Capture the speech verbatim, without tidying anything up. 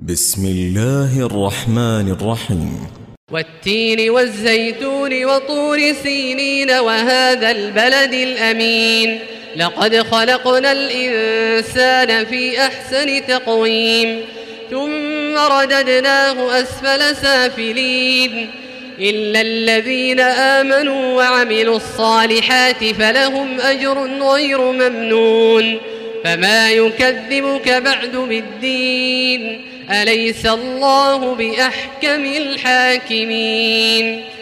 بسم الله الرحمن الرحيم. والتين والزيتون وطور سينين وهذا البلد الأمين لقد خلقنا الإنسان في أحسن تقويم ثم رددناه أسفل سافلين إلا الذين آمنوا وعملوا الصالحات فلهم أجر غير ممنون فما يكذبك بعد بالدين أليس الله بأحكم الحاكمين.